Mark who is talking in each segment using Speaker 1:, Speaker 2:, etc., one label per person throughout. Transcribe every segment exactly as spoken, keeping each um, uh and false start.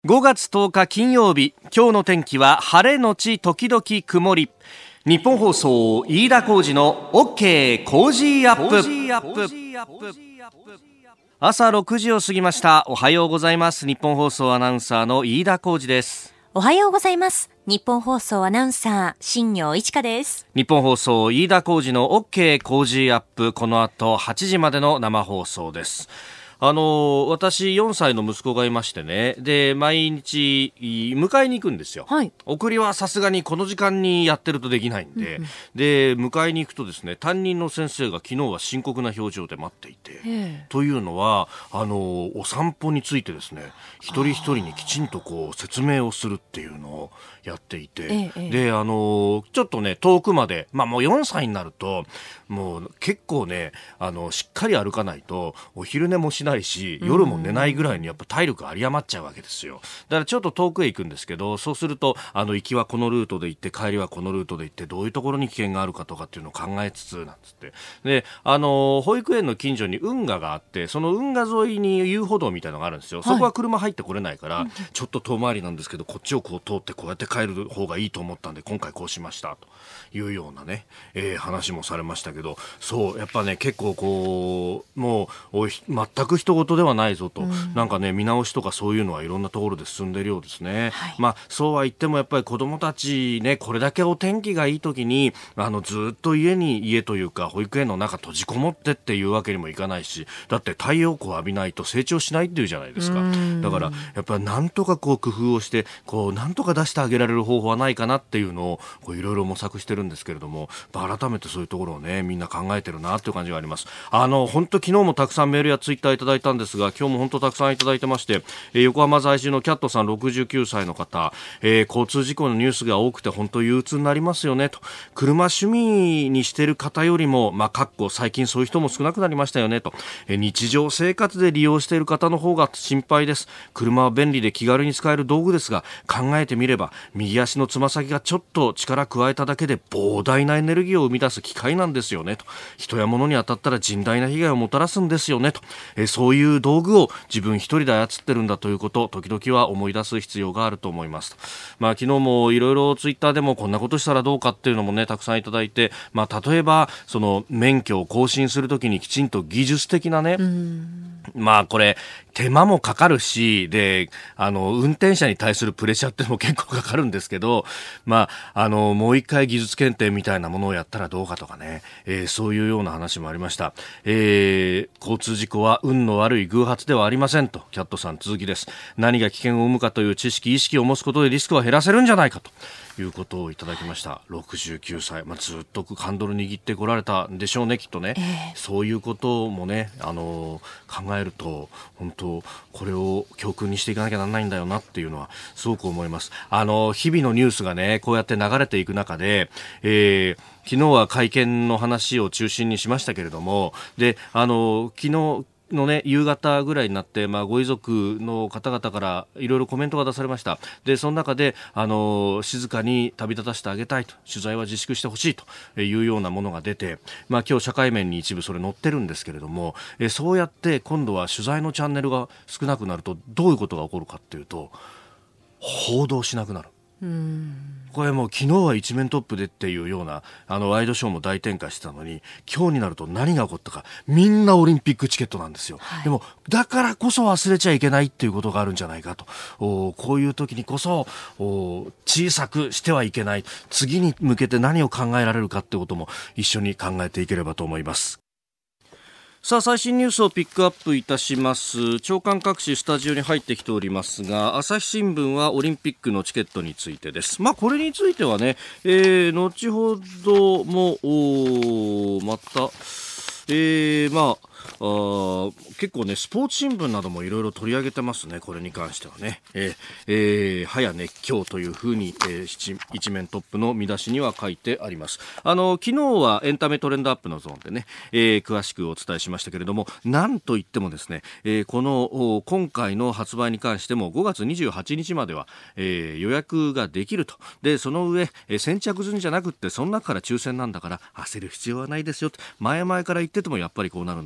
Speaker 1: ごがつとおか金曜日、今日の天気は晴れのち時々曇り。日本放送飯田浩司の OK コージーアップ。朝ろくじを過ぎました。おはようございます。日本放送アナウンサーの飯田浩司です。
Speaker 2: おはようございます。日本放送アナウンサー新業一華です。
Speaker 1: 日本放送飯田浩司の OK コージーアップ、この後はちじまでの生放送です。あの私よんさいの息子がいましてね、で毎日迎えに行くんですよ、はい、送りはさすがにこの時間にやってるとできないんで、うんうん、で迎えに行くとですね、担任の先生が昨日は深刻な表情で待っていて、というのはあのお散歩についてですね、一人一人にきちんとこう説明をするっていうのをやっていて、ええ、であのちょっとね遠くまで、まあもうよんさいになるともう結構ねあのしっかり歩かないとお昼寝もしないし、夜も寝ないぐらいにやっぱ体力有り余っちゃうわけですよ。だからちょっと遠くへ行くんですけど、そうするとあの行きはこのルートで行って帰りはこのルートで行って、どういうところに危険があるかとかっていうのを考えつつなんつって、であの保育園の近所に運河があって、その運河沿いに遊歩道みたいなのがあるんですよ。そこは車入ってこれないから、はい、ちょっと遠回りなんですけどこっちをこう通ってこうやって帰る方がいいと思ったんで今回こうしましたというようなね、えー、話もされましたけど、そうやっぱね結構こうもう全く人事ではないぞと、うん、なんかね見直しとかそういうのはいろんなところで進んでいるようですね、はい、まあそうは言ってもやっぱり子どもたちね、これだけお天気がいい時にあのずっと家に家というか保育園の中閉じこもってっていうわけにもいかないし、だって太陽光を浴びないと成長しないっていうじゃないですか。だからやっぱりなんとかこう工夫をしてこうなんとか出してあげられる方法はないかなっていうのをいろいろ模索してるんですけれども、改めてそういうところをねみんな考えてるなっていう感じがあります。あの本当昨日もたくさんメールやツイッターいただいたんですが、今日も本当たくさんいただいてまして、えー、横浜在住のキャットさんろくじゅうきゅうさいの方、えー、交通事故のニュースが多くて本当憂鬱になりますよねと、車趣味にしてる方よりも、まあ、かっこ最近そういう人も少なくなりましたよねと、えー、日常生活で利用している方の方が心配です。車は便利で気軽に使える道具ですが、考えてみれば右足のつま先がちょっと力加えただけで膨大なエネルギーを生み出す機械なんですよねと、人や物に当たったら甚大な被害をもたらすんですよねと、えー、そういう道具を自分一人で操ってるんだということを時々は思い出す必要があると思います。まあ、昨日もいろいろツイッターでもこんなことしたらどうかっていうのもねたくさんいただいて、まあ、例えばその免許を更新するときにきちんと技術的なね、まあこれ手間もかかるし、であの運転者に対するプレッシャーっていうのも結構かかるんですけど、まああのもう一回技術検定みたいなものをやったらどうかとかね、えー、そういうような話もありました。えー、交通事故は運の悪い偶発ではありませんと、キャットさん続きです。何が危険を生むかという知識意識を持つことでリスクは減らせるんじゃないかということをいただきました。ろくじゅうきゅうさい、まあ、ずっとハンドル握ってこられたんでしょうねきっとね、えー、そういうこともね、あのー、考えると本当これを教訓にしていかなきゃならないんだよなっていうのはすごく思います。あのー、日々のニュースがねこうやって流れていく中で、えー、昨日は会見の話を中心にしましたけれども、であのー、昨日のね夕方ぐらいになって、まあ、ご遺族の方々からいろいろコメントが出されました。でその中であの静かに旅立たせてあげたいと、取材は自粛してほしいというようなものが出て、まあ、今日社会面に一部それ載ってるんですけれども、えそうやって今度は取材のチャンネルが少なくなるとどういうことが起こるかっていうと、報道しなくなる。うーん、これもう昨日は一面トップでっていうようなあのワイドショーも大展開してたのに、今日になると何が起こったか、みんなオリンピックチケットなんですよ、はい、でもだからこそ忘れちゃいけないっていうことがあるんじゃないかと、おこういう時にこそお小さくしてはいけない、次に向けて何を考えられるかってことも一緒に考えていければと思います。さあ最新ニュースをピックアップいたします。長官各紙スタジオに入ってきておりますが、朝日新聞はオリンピックのチケットについてです。まあこれについてはね、えー、後ほどもまた、えー、まああ結構ねスポーツ新聞などもいろいろ取り上げてますね。これに関してはね、えーえー、早熱狂というふうに、えー、一面トップの見出しには書いてあります。あの昨日はエンタメトレンドアップのゾーンでね、えー、詳しくお伝えしましたけれども、なんといってもですね、えー、この今回の発売に関してもごがつにじゅうはちにちまでは、えー、予約ができると。でその上、えー、先着順じゃなくってその中から抽選なんだから焦る必要はないですよと前々から言っててもやっぱりこうなるんだなという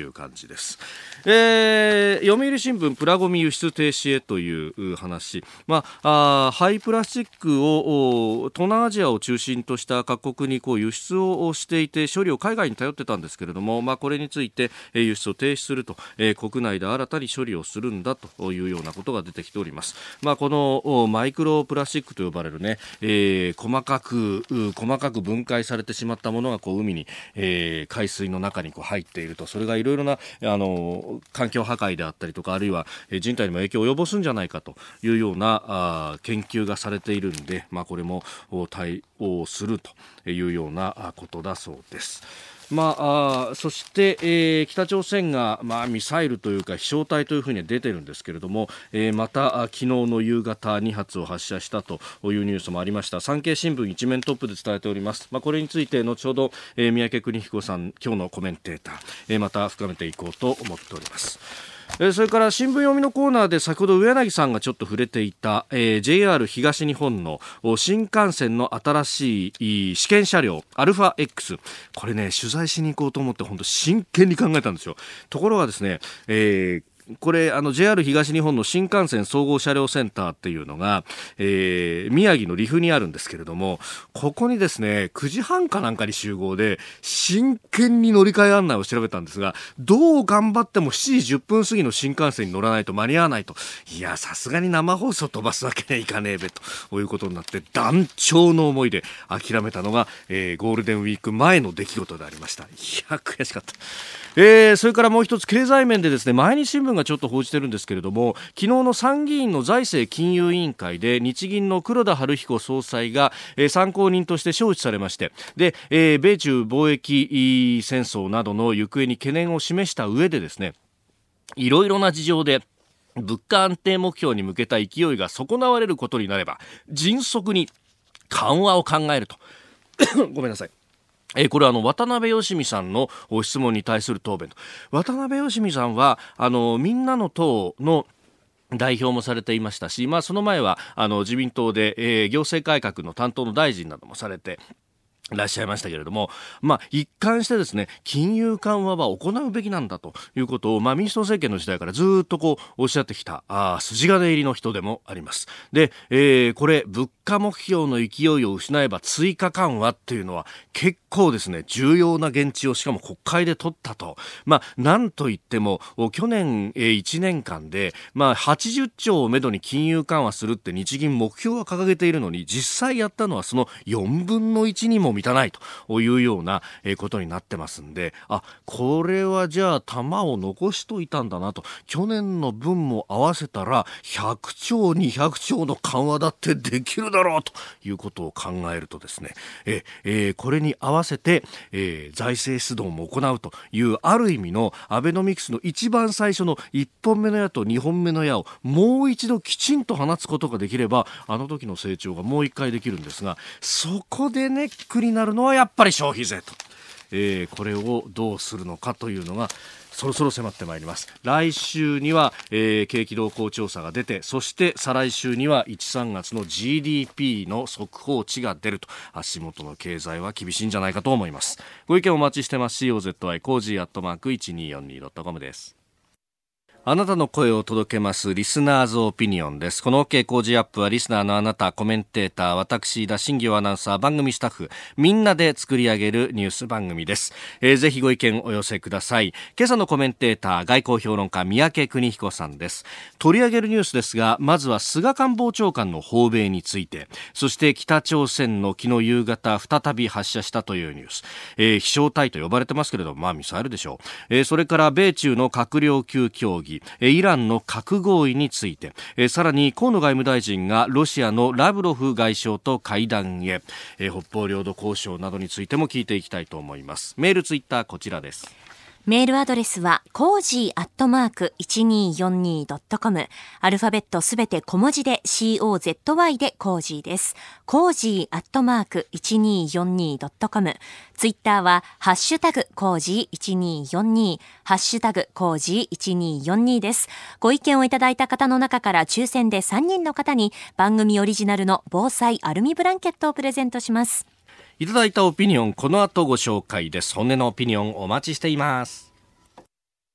Speaker 1: いう感じです。えー、読売新聞プラゴミ輸出停止へという話、まあ、あ廃プラスチックを東南アジアを中心とした各国にこう輸出をしていて処理を海外に頼ってたんですけれども、まあ、これについて輸出を停止すると、えー、国内で新たに処理をするんだというようなことが出てきております。まあ、このマイクロプラスチックと呼ばれるね、えー、細かく細かく分解されてしまったものがこう海に、えー、海水の中にこう入っていると、それがいろいろなあの環境破壊であったりとか、あるいは人体にも影響を及ぼすんじゃないかというようなあ研究がされているんで、まあ、これも対応するというようなことだそうです。まあ、あそして、えー、北朝鮮が、まあ、ミサイルというか飛翔体というふうに出てるんですけれども、えー、また昨日の夕方に発を発射したというニュースもありました。産経新聞一面トップで伝えております。まあ、これについて後ほど、えー、三宅邦彦さん今日のコメンテーター、えー、また深めていこうと思っております。えー、それから新聞読みのコーナーで先ほど上柳さんがちょっと触れていた、えー、ジェイアール 東日本の新幹線の新しい試験車両アルファ X、 これね取材しに行こうと思って本当真剣に考えたんですよ。ところがですね、えーこれあの ジェイアール 東日本の新幹線総合車両センターっていうのが、えー、宮城の利府にあるんですけれども、ここにですねくじはんかなんかに集合で真剣に乗り換え案内を調べたんですが、どう頑張ってもしちじじゅっぷん過ぎの新幹線に乗らないと間に合わないと。いやさすがに生放送飛ばすわけにはいかねえべということになって断腸の思いで諦めたのが、えー、ゴールデンウィーク前の出来事でありました。いや悔しかった。えー、それからもう一つ経済面でですね、毎日新聞がちょっと報じてるんですけれども、昨日の参議院の財政金融委員会で日銀の黒田晴彦総裁が、えー、参考人として招致されまして、で、えー、米中貿易戦争などの行方に懸念を示した上でですね、いろいろな事情で物価安定目標に向けた勢いが損なわれることになれば迅速に緩和を考えるとごめんなさい。えー、これはあの渡辺義美さんの質問に対する答弁と。渡辺義美さんはあのみんなの党の代表もされていましたし、まあ、その前はあの自民党で、えー、行政改革の担当の大臣などもされていらっしゃいましたけれども、まあ、一貫してですね金融緩和は行うべきなんだということを、まあ、民主党政権の時代からずっとこうおっしゃってきたあ筋金入りの人でもあります。で、えー、これ物価目標の勢いを失えば追加緩和っていうのは結構ですね重要な言質をしかも国会で取ったと。まあ、なんといっても去年、えー、いちねんかんで、まあ、はちじゅっちょうをめどに金融緩和するって日銀目標は掲げているのに、実際やったのはそのよんぶんのいちにも満たないというようなことになってますんで、あ、これはじゃあ玉を残しといたんだなと。去年の分も合わせたらひゃくちょうにひゃくちょうの緩和だってできるだろうということを考えるとですね、え、えー、これに合わせて、えー、財政出動も行うというある意味のアベノミクスの一番最初のいっぽんめの矢とにほんめの矢をもう一度きちんと放つことができれば、あの時の成長がもう一回できるんですが、そこでネックになるのはやっぱり消費税と、えー、これをどうするのかというのがそろそろ迫ってまいります。来週には、えー、景気動向調査が出て、そして再来週にはいち、さんがつの ジーディーピー の速報値が出ると、足元の経済は厳しいんじゃないかと思います。ご意見お待ちしてます。 シーオーゼットワイ コージーアットマーク いちにーよんにードットコム です。あなたの声を届けますリスナーズオピニオンです。この OK 工事アップはリスナーのあなた、コメンテーター、私田新行アナウンサー、番組スタッフみんなで作り上げるニュース番組です。えー、ぜひご意見お寄せください。今朝のコメンテーター、外交評論家三宅邦彦さんです。取り上げるニュースですが、まずは菅官房長官の訪米について、そして北朝鮮の昨日夕方再び発射したというニュース、えー、飛翔体と呼ばれてますけれども、まあミサイルでしょう。えー、それから米中の閣僚級協議、イランの核合意について、さらに河野外務大臣がロシアのラブロフ外相と会談へ、北方領土交渉などについても聞いていきたいと思います。メールツイッターこちらです。
Speaker 2: メールアドレスはコージーアットマーク いちにーよんにードットコム、 アルファベットすべて小文字で シーオーゼットワイ でコージーです。コージーアットマーク いちにーよんにードットコム、 ツイッターはハッシュタグコージーいちにーよんにー、ハッシュタグコージーいちにーよんにーです。ご意見をいただいた方の中から抽選でさんにんの方に番組オリジナルの防災アルミブランケットをプレゼントします。
Speaker 1: いただいたオピニオン、この後ご紹介です。本音のオピニオンお待ちしています。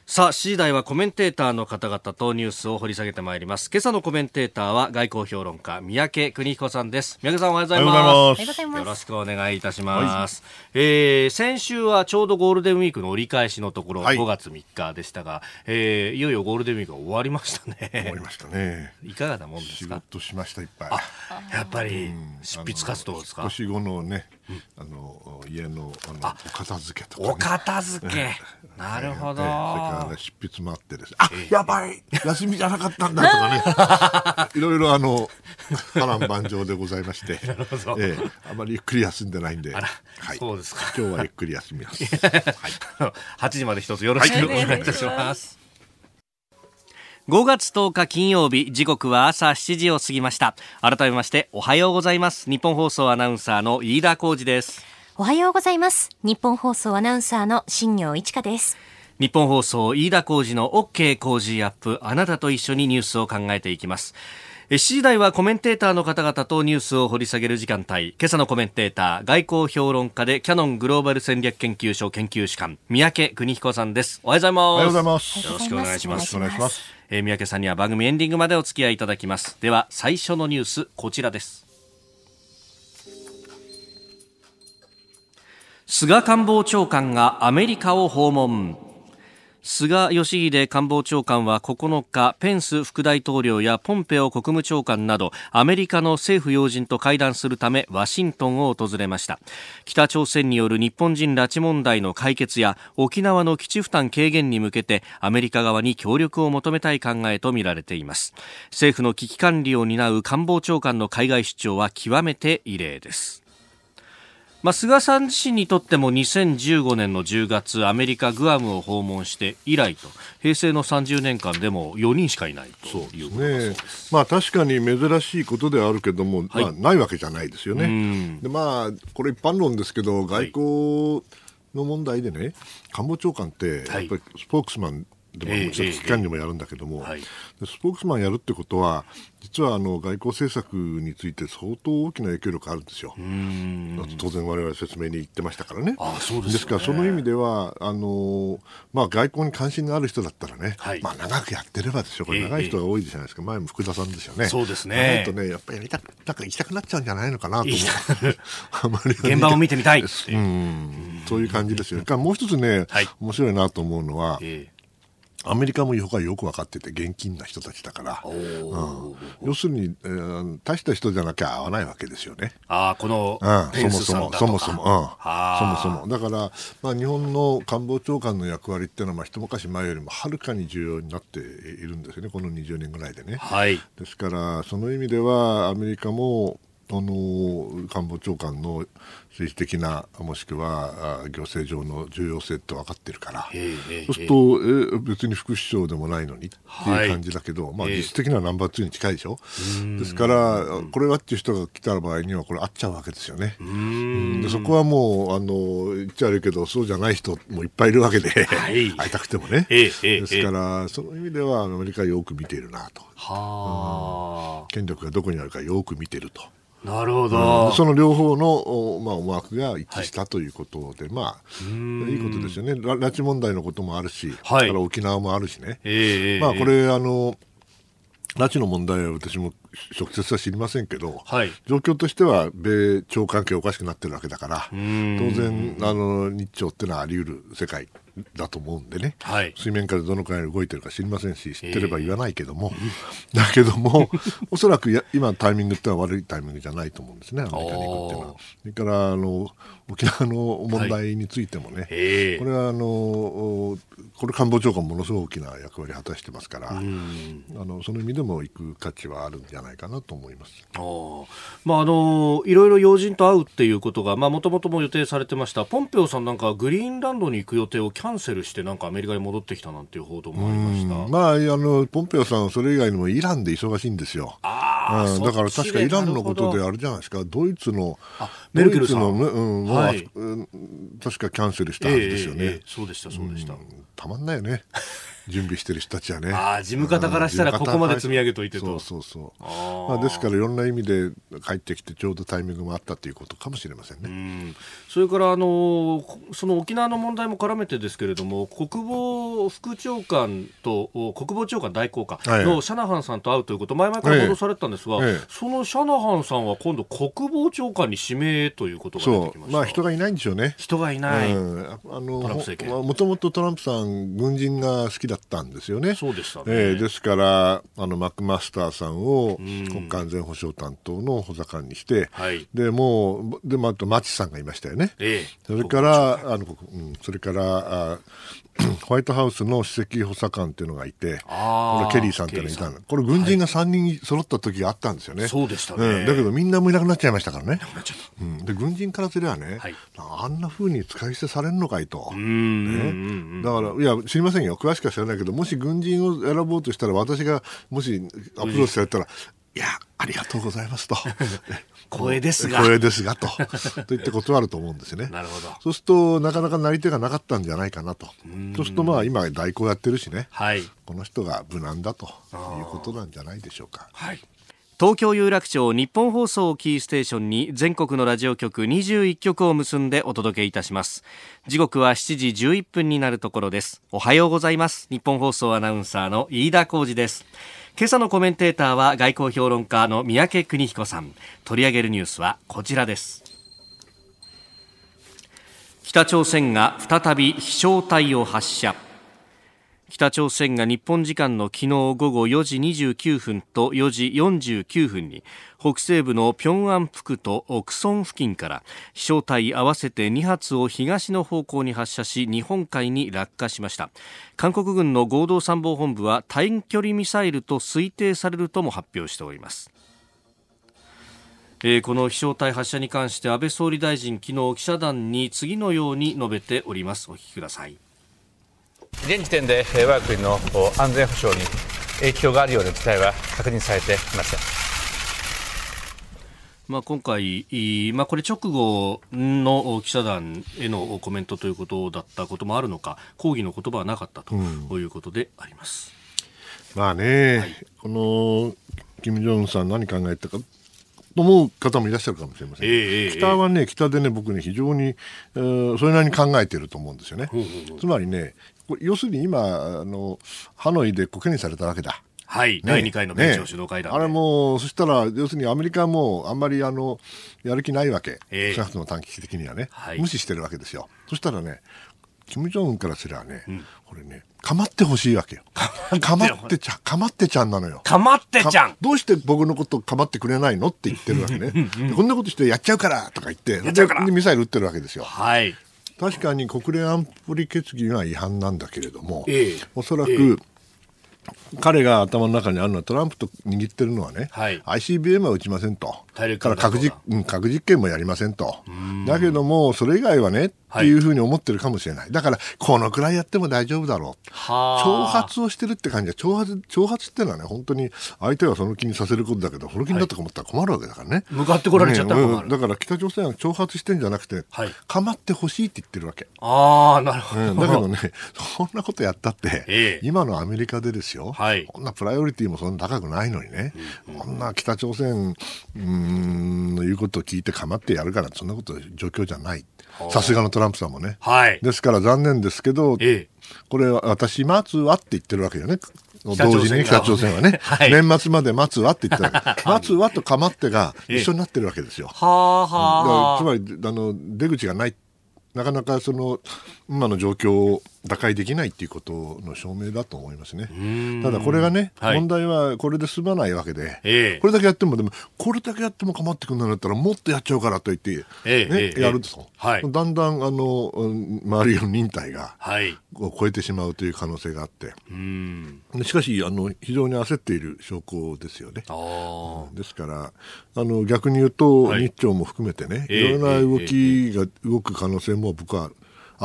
Speaker 1: さあ、しちじ台はコメンテーターの方々とニュースを掘り下げてまいります。今朝のコメンテーターは外交評論家三宅邦彦さんです。三宅さん、おはようございます。
Speaker 2: おはようございます。
Speaker 1: よろしくお願いいたします。はい、えー、先週はちょうどゴールデンウィークの折り返しのところ、はい、ごがつみっかでしたが、えー、いよいよゴールデンウィークが終わりましたね。
Speaker 3: 終わりましたね。
Speaker 1: いかがなもんですか？
Speaker 3: 仕事しました、いっぱい。
Speaker 1: あ、やっぱり執筆活動ですか？
Speaker 3: 少し後のね、うん、あの家のあのお片付けとか、ね、
Speaker 1: お片付けなるほど、えー、
Speaker 3: それから、ね、執筆もあってです、あ、えー、やばい休みじゃなかったんだとかねいろいろあの波乱万丈でございましてなるほど、えー、あまりゆっくり休んでないんで、あら、はい、
Speaker 1: そうですか。
Speaker 3: 今日はゆっくり休みます、
Speaker 1: はい、はちじまで一つよろしくお願いいたします。ごがつとおか金曜日、時刻は朝しちじを過ぎました。改めましておはようございます。日本放送アナウンサーの飯田浩司です。
Speaker 2: おはようございます。日本放送アナウンサーの新業一華です。
Speaker 1: 日本放送飯田浩司の OK 工事アップ、あなたと一緒にニュースを考えていきます。しちじ台はコメンテーターの方々とニュースを掘り下げる時間帯。今朝のコメンテーター、外交評論家でキヤノングローバル戦略研究所研究主幹、三宅邦彦さんです。おはようございます。
Speaker 3: おはようございます。
Speaker 1: よろしくお願いします。
Speaker 3: お願いします。
Speaker 1: えー、三宅さんには番組エンディングまでお付き合いいただきます。では最初のニュース、こちらです。菅官房長官がアメリカを訪問。菅義偉官房長官はここのか、ペンス副大統領やポンペオ国務長官などアメリカの政府要人と会談するためワシントンを訪れました。北朝鮮による日本人拉致問題の解決や沖縄の基地負担軽減に向けてアメリカ側に協力を求めたい考えとみられています。政府の危機管理を担う官房長官の海外出張は極めて異例です。まあ、菅さん自身にとってもにせんじゅうごねんのじゅうがつ、アメリカグアムを訪問して以来と、平成のさんじゅうねんかんでもよにんしかいないということですね。
Speaker 3: まあ、確かに珍しいことではあるけども、はい、まあ、ないわけじゃないですよね。で、まあ、これ一般論ですけど、外交の問題でね、官房長官ってやっぱりスポークスマンでももちろん危機管理もやるんだけども、えーえーはい、スポークスマンやるってことは実はあの外交政策について相当大きな影響力あるんですよ。うーん、当然我々説明に言ってましたからね。
Speaker 1: あ、そうですよね。
Speaker 3: ですからその意味ではあの、まあ、外交に関心がある人だったらね、はい、まあ、長くやってればですよ。これ長い人が多いじゃないですか。えー、前も福田さんですよね。
Speaker 1: そうですね。
Speaker 3: ないとね、やっぱりやりたくなんか行きたくなっちゃうんじゃないのかなと思うあまり
Speaker 1: 現場を見てみたいっていう、
Speaker 3: うん、そういう感じですよね。もう一つね、はい、面白いなと思うのは、えーアメリカもよくよく分かってて現金な人たちだから、うん、要するに、えー、大した人じゃなきゃ合わないわけですよね。
Speaker 1: あ、このペンスさんだとか、
Speaker 3: そもそもそもそも、うん、そもそもだから、まあ、日本の官房長官の役割っていうのは、まあ、一昔前よりもはるかに重要になっているんですよね、このにじゅうねんぐらいでね。
Speaker 1: はい、
Speaker 3: ですからその意味ではアメリカもあの官房長官の政治的なもしくは行政上の重要性って分かってるから、そうするとえ別に副首相でもないのにっていう感じだけど、はい、まあ、実質的にはナンバーツーに近いでしょ。ですからこれはっていう人が来た場合にはこれ合っちゃうわけですよね。うんでそこはもうあの言っちゃ悪いけどそうじゃない人もいっぱいいるわけで、はい、会いたくてもね。ですからその意味ではアメリカよく見ているなと。は、うん、権力がどこにあるかよく見てると。
Speaker 1: なるほど、
Speaker 3: うん、その両方の、まあ、思惑が一致したということで、はい、まあいいことですよね。拉致問題のこともあるし、はい、から沖縄もあるしね、えー、まあこれあの拉致の問題は私も直接は知りませんけど、はい、状況としては米朝関係おかしくなってるわけだから当然あの日朝ってのはあり得る世界だと思うんでね、はい、水面下でどのくらい動いてるか知りませんし知ってれば言わないけども、えー、だけどもおそらくや今タイミングってのは悪いタイミングじゃないと思うんですね、アメリカに行くっていうのは。それからあの沖縄の問題についてもね、はい、えー、これはあのこれ官房長官ものすごく大きな役割を果たしてますから、あのその意味でも行く価値はあるんじゃないかなと思います。
Speaker 1: あ、まあ、あのいろいろ要人と会うっていうことがもともとも予定されてました。ポンペオさんなんかグリーンランドに行く予定をキャンセルしてなんかアメリカに戻ってきたなんていう報道もありました。
Speaker 3: まあ、あのポンペオさんはそれ以外にもイランで忙しいんですよ。あ、うん、だから確かイランのことであれじゃないですか、ドイツの
Speaker 1: メルケルさん
Speaker 3: ドイツの、うんはい、確かキャンセルしたはずですよね。えーえー、
Speaker 1: そうでしたそうでした、うん、
Speaker 3: たまんないよね準備してる人たちはね。
Speaker 1: あ事務方からしたらここまで積み上げといてと。
Speaker 3: そうそうそう。あ、まあ、ですからいろんな意味で帰ってきてちょうどタイミングもあったということかもしれませんね。
Speaker 1: うん、それからあのその沖縄の問題も絡めてですけれども、国防副長官と国防長官代行官のシャナハンさんと会うということ、前々から報道されてたんですが、ええ、そのシャナハンさんは今度国防長官に指名ということが出てきました。
Speaker 3: そう、まあ、人がいないんでしょうね。
Speaker 1: 人がいない、うん、
Speaker 3: あのもともとトランプさん軍人が好きだったんですよね。
Speaker 1: そうでしたね、
Speaker 3: えー、ですからあのマクマスターさんを国家安全保障担当の補佐官にして、はい、でもうでもあとマチさんがいましたよね、ええ、それからあの、うん、それからあホワイトハウスの首席補佐官っていうのがいて、これケリーさんっていうのがいたの。これ軍人がさんにん揃った時があったんですよね。
Speaker 1: そうでしたね、
Speaker 3: うん、だけどみんなもいなくなっちゃいましたからね。うん、で軍人からすればね、はい、あんな風に使い捨てされるのかいと、ね、だからいや知りませんよ、詳しくは知らないけど、もし軍人を選ぼうとしたら私がもしアプローチされたら、いやありがとうございますと
Speaker 1: 光栄ですが
Speaker 3: 光栄ですがとといって断ると思うんですよね。
Speaker 1: なるほど。
Speaker 3: そうするとなかなかなり手がなかったんじゃないかなと。そうするとまあ今代行やってるしね、はい、この人が無難だということなんじゃないでしょうか。
Speaker 1: はい、東京有楽町日本放送をキーステーションに全国のラジオ局にじゅういっきょくを結んでお届けいたします。時刻はしちじじゅういっぷんになるところです。おはようございます。日本放送アナウンサーの飯田浩司です。今朝のコメンテーターは外交評論家の三宅邦彦さん。取り上げるニュースはこちらです。北朝鮮が再び飛翔体を発射。北朝鮮が日本時間の昨日午後よじにじゅうきゅうふんとよじよんじゅうきゅうふんに北西部の平安北区とクソン付近から飛翔体合わせてにはつを東の方向に発射し、日本海に落下しました。韓国軍の合同参謀本部は短距離ミサイルと推定されるとも発表しております。えー、この飛翔体発射に関して安倍総理大臣、昨日記者団に次のように述べております。お聞きください。
Speaker 4: 現時点で我が国の安全保障に影響があるような事態は確認されていません。
Speaker 1: まあ、今回、まあ、これ直後の記者団へのコメントということだったこともあるのか、抗議の言葉はなかったということであります。
Speaker 3: うん、まあね、はい、この金正恩さん何考えたかと思う方もいらっしゃるかもしれません。えー、北はね、北でね、僕ね、非常に、えー、それなりに考えていると思うんですよね。うんうんうん、つまりね、要するに今あのハノイでコケにされたわけだ。
Speaker 1: はい、ね、だいにかいの米朝首脳会談で、
Speaker 3: ね、あれもそしたら要するにアメリカはもうあんまりあのやる気ないわけ、えー、少なくとも短期的にはね、はい、無視してるわけですよ。そしたらね、金正恩からすればね、うん、これね、構ってほしいわけよ。構ってちゃん、構ってちゃんなのよ。
Speaker 1: 構ってちゃん。
Speaker 3: どうして僕のこと構ってくれないのって言ってるわけね。うんうん、こんなことしてやっちゃうからとか言って、でミサイル撃ってるわけですよ。はい。確かに国連安保理決議が違反なんだけれども、ええ、おそらく、ええ、彼が頭の中にあるのはトランプと握ってるのはね、はい、アイシービーエム は撃ちませんと、から核実、うん、核実験もやりませんと、だけどもそれ以外はねっていうふうに思ってるかもしれない。だからこのくらいやっても大丈夫だろう。挑発をしてるって感じで、挑発挑発ってのはね、本当に相手はその気にさせることだけど、その気になったと思ったら困るわけだからね。
Speaker 1: 向かってこられちゃったら困る、
Speaker 3: ね、だから北朝鮮は挑発してんじゃなくて、はい、構ってほしいって言ってるわけ。
Speaker 1: ああ、なるほど、
Speaker 3: うん、だけどね、そんなことやったって、ええ、今のアメリカでですよ、はい、こんなプライオリティもそんな高くないのにね、うんうん、こんな北朝鮮うーんの言うことを聞いて構ってやるから、そんなこと状況じゃない。さすがのトランプさんもね、はい、ですから残念ですけど、ええ、これは私待つわって言ってるわけよね。同時に北朝鮮はね、はい、年末まで待つわって言ってるわけ待つわと構ってが一緒になってるわけですよ。はあはあ、つまりあの出口がない、なかなかその今の状況を打開できないということの証明だと思いますね。ただこれがね、はい、問題はこれで済まないわけで、えー、これだけやってもでもこれだけやっても構ってくんないんだったらもっとやっちゃうからと言って、えーねえー、やると、はい、だんだんあの周りの忍耐が、はい、を超えてしまうという可能性があって、うんしかしあの非常に焦っている証拠ですよね。あ、うん、ですからあの逆に言うと、はい、日朝も含めてね、いろんな動きが動く可能性も僕はあると思って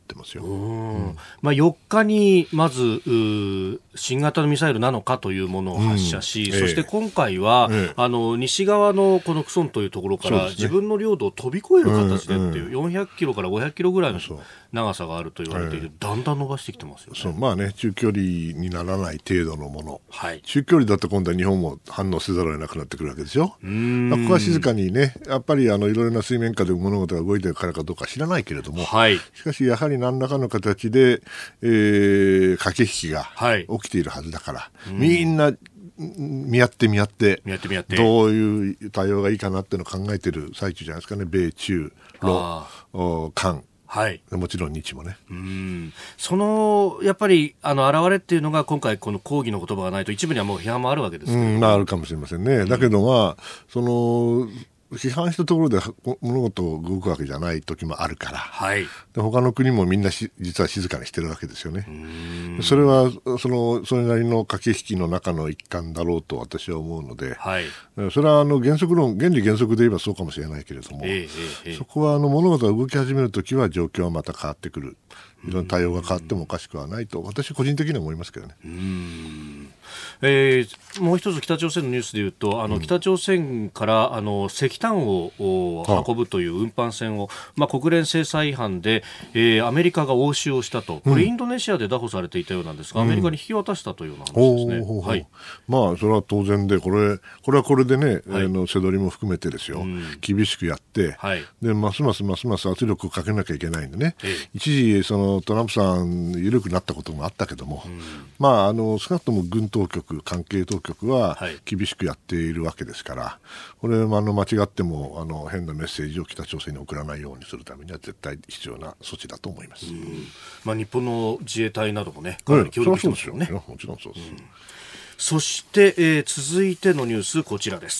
Speaker 3: ってますよ。
Speaker 1: うんまあ、よっかにまず新型のミサイルなのかというものを発射し、うんええ、そして今回は、ええ、あの西側のこのクソンというところから、ね、自分の領土を飛び越える形でっていう、うんうん、よんひゃくキロからごひゃくキロぐらいの長さがあると言われている、ええ、だんだん伸ばしてきてますよね。
Speaker 3: そうまあね、中距離にならない程度のもの、はい、中距離だと今度は日本も反応せざるを得なくなってくるわけでしょ。うーん、まあ、ここは静かにね、やっぱりあのいろいろな水面下で物事が動いているからかどうか知らないけれども、はい、しかしやはり何らかの形で、えー、駆け引きが起きているはずだから、はい、みんな見合って見合って
Speaker 1: 見合って見合って
Speaker 3: どういう対応がいいかなっていうのを考えている最中じゃないですかね。米中ロ韓、はい、もちろん日もね。
Speaker 1: うんそのやっぱりあの現れっていうのが今回この抗議の言葉がないと一部にはもう批判もあるわけですけど、
Speaker 3: うんまあ、あるかもしれませんね。だけどまあその批判したところで物事を動くわけじゃない時もあるから、はい、で他の国もみんなし実は静かにしてるわけですよね。うんそれはそのそれなりの駆け引きの中の一環だろうと私は思うので、はい、それはあの原則論原理原則で言えばそうかもしれないけれども、えーえー、そこはあの物事が動き始めるときは状況はまた変わってくる。いろんな対応が変わってもおかしくはないと私個人的には思いますけどね。
Speaker 1: うーん、えー、もう一つ北朝鮮のニュースでいうとあの、うん、北朝鮮からあの石炭を運ぶという運搬船を、まあ、国連制裁違反で、えー、アメリカが押収をしたと。これ、うん、インドネシアで拿捕されていたようなんですが、アメリカに引き渡したというような話ですね。うん、はい、
Speaker 3: まあそれは当然でこれこれはこれでね、はい、あの瀬取りも含めてですよ、うん、厳しくやって、はい、でますますますます圧力をかけなきゃいけないんでね、えー、一時そのトランプさん緩くなったこともあったけども、うん、まああの少なくとも軍当局関係当局は厳しくやっているわけですから、はい、これあの間違ってもあの変なメッセージを北朝鮮に送らないようにするためには絶対必要な措置だと思います。うん、
Speaker 1: まあ、日本の自衛隊などもねかなり協力してますよね。
Speaker 3: うん、もちろんそうです。うん、
Speaker 1: そして、えー、続いてのニュースこちらです。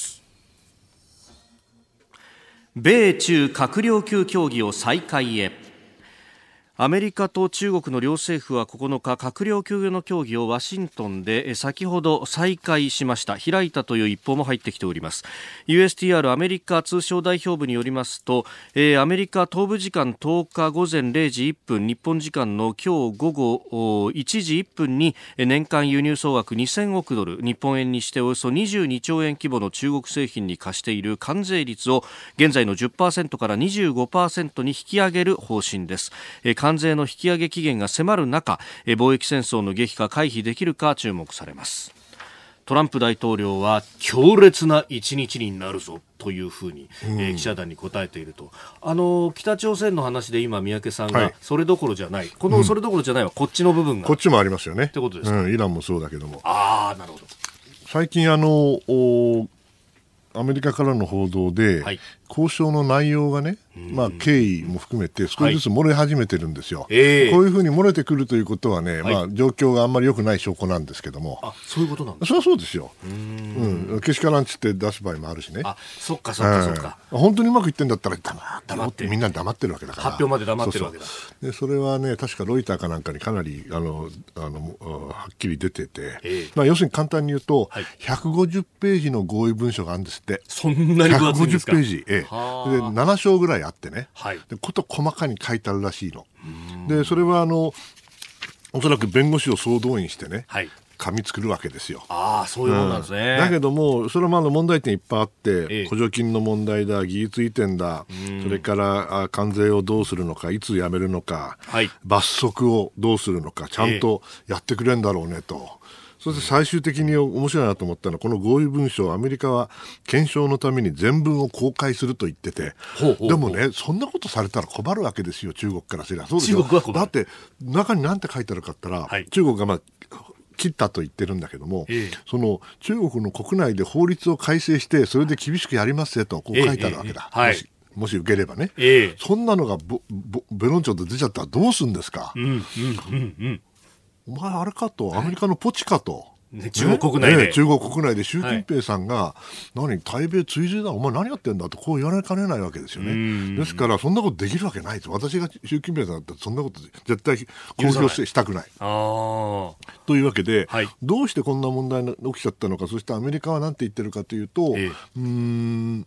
Speaker 1: 米中閣僚級協議を再開へ。アメリカと中国の両政府はここのか閣僚級の協議をワシントンで先ほど再開しました。開いたという一報も入ってきております。 ユーエスティーアール アメリカ通商代表部によりますと、えー、アメリカ東部時間とおか午前れいじいっぷん、日本時間の今日午後いちじいっぷんに年間輸入総額にせんおくドル、日本円にしておよそにじゅうにちょうえん規模の中国製品に課している関税率を現在の じゅっパーセント から にじゅうごパーセント に引き上げる方針です。えー関税の引き上げ期限が迫る中、貿易戦争の激化回避できるか注目されます。トランプ大統領は強烈な一日になるぞというふうに、うんえー、記者団に答えていると。あの北朝鮮の話で今三宅さんがそれどころじゃない、はい、このそれどころじゃないはこっちの部分が、うん、
Speaker 3: こっちもありますよね
Speaker 1: ってことですか、
Speaker 3: うん、イランもそうだけども。
Speaker 1: あー、なるほど。
Speaker 3: 最近あのアメリカからの報道で、はい、交渉の内容がね、まあ、経緯も含めて少しずつ漏れ始めてるんですよ、はいえー、こういうふうに漏れてくるということはね、はいまあ、状況があんまり良くない証拠なんですけども。
Speaker 1: あ、そういうことなんですか。
Speaker 3: それはそうですよ。うーん、うん、けしからんつって出す場合もあるしね。
Speaker 1: あ、そっかそっかそっか、
Speaker 3: うん、本当にうまくいってんだったら黙黙ってみんな黙ってるわけだから。
Speaker 1: 発表まで黙ってるわけだ。
Speaker 3: そうそうでそれはね確かロイターかなんかにかなりあのあのはっきり出てて、えーまあ、要するに簡単に言うと、はい、ひゃくごじゅっページの合意文書があるんですって。
Speaker 1: そんなに分厚いんですか。
Speaker 3: ひゃくごじゅっページ、ええ、でなな章ぐらいあってね、はい、でこと細かに書いてあるらしいの。でそれはあのおそらく弁護士を総動員してね、はい、紙作るわけですよ。
Speaker 1: ああ、そういうものなんですね、
Speaker 3: うん、だけどもそれはまだ問題点いっぱいあって、ええ、補助金の問題だ、技術移転だ、それから関税をどうするのか、いつやめるのか、はい、罰則をどうするのかちゃんとやってくれるんだろうねと、えそして最終的に面白いなと思ったのはこの合意文書をアメリカは検証のために全文を公開すると言ってて、ほうほうほう、でもねそんなことされたら困るわけですよ、中国からすれば。そうですよ。中国は困る。だって中に何て書いてあるかって言ったら、はい、中国がまあ切ったと言ってるんだけども、ええ、その中国の国内で法律を改正してそれで厳しくやりますよとこう書いてあるわけだ、えええはい、もしもし受ければね、ええ、そんなのがボボベロンチョンで出ちゃったらどうするんですか、うんうんうんうん、お前あれかと、アメリカのポチかと、
Speaker 1: ね、中国国内で、
Speaker 3: ね、中国国内で習近平さんが、はい、何対米追随だお前何やってんだとこう言われかねないわけですよね。ですからそんなことできるわけないです。私が習近平さんだったらそんなこと絶対公表し、したくないあというわけで、はい、どうしてこんな問題が起きちゃったのか、そしてアメリカは何て言ってるかというと、ええ、うーん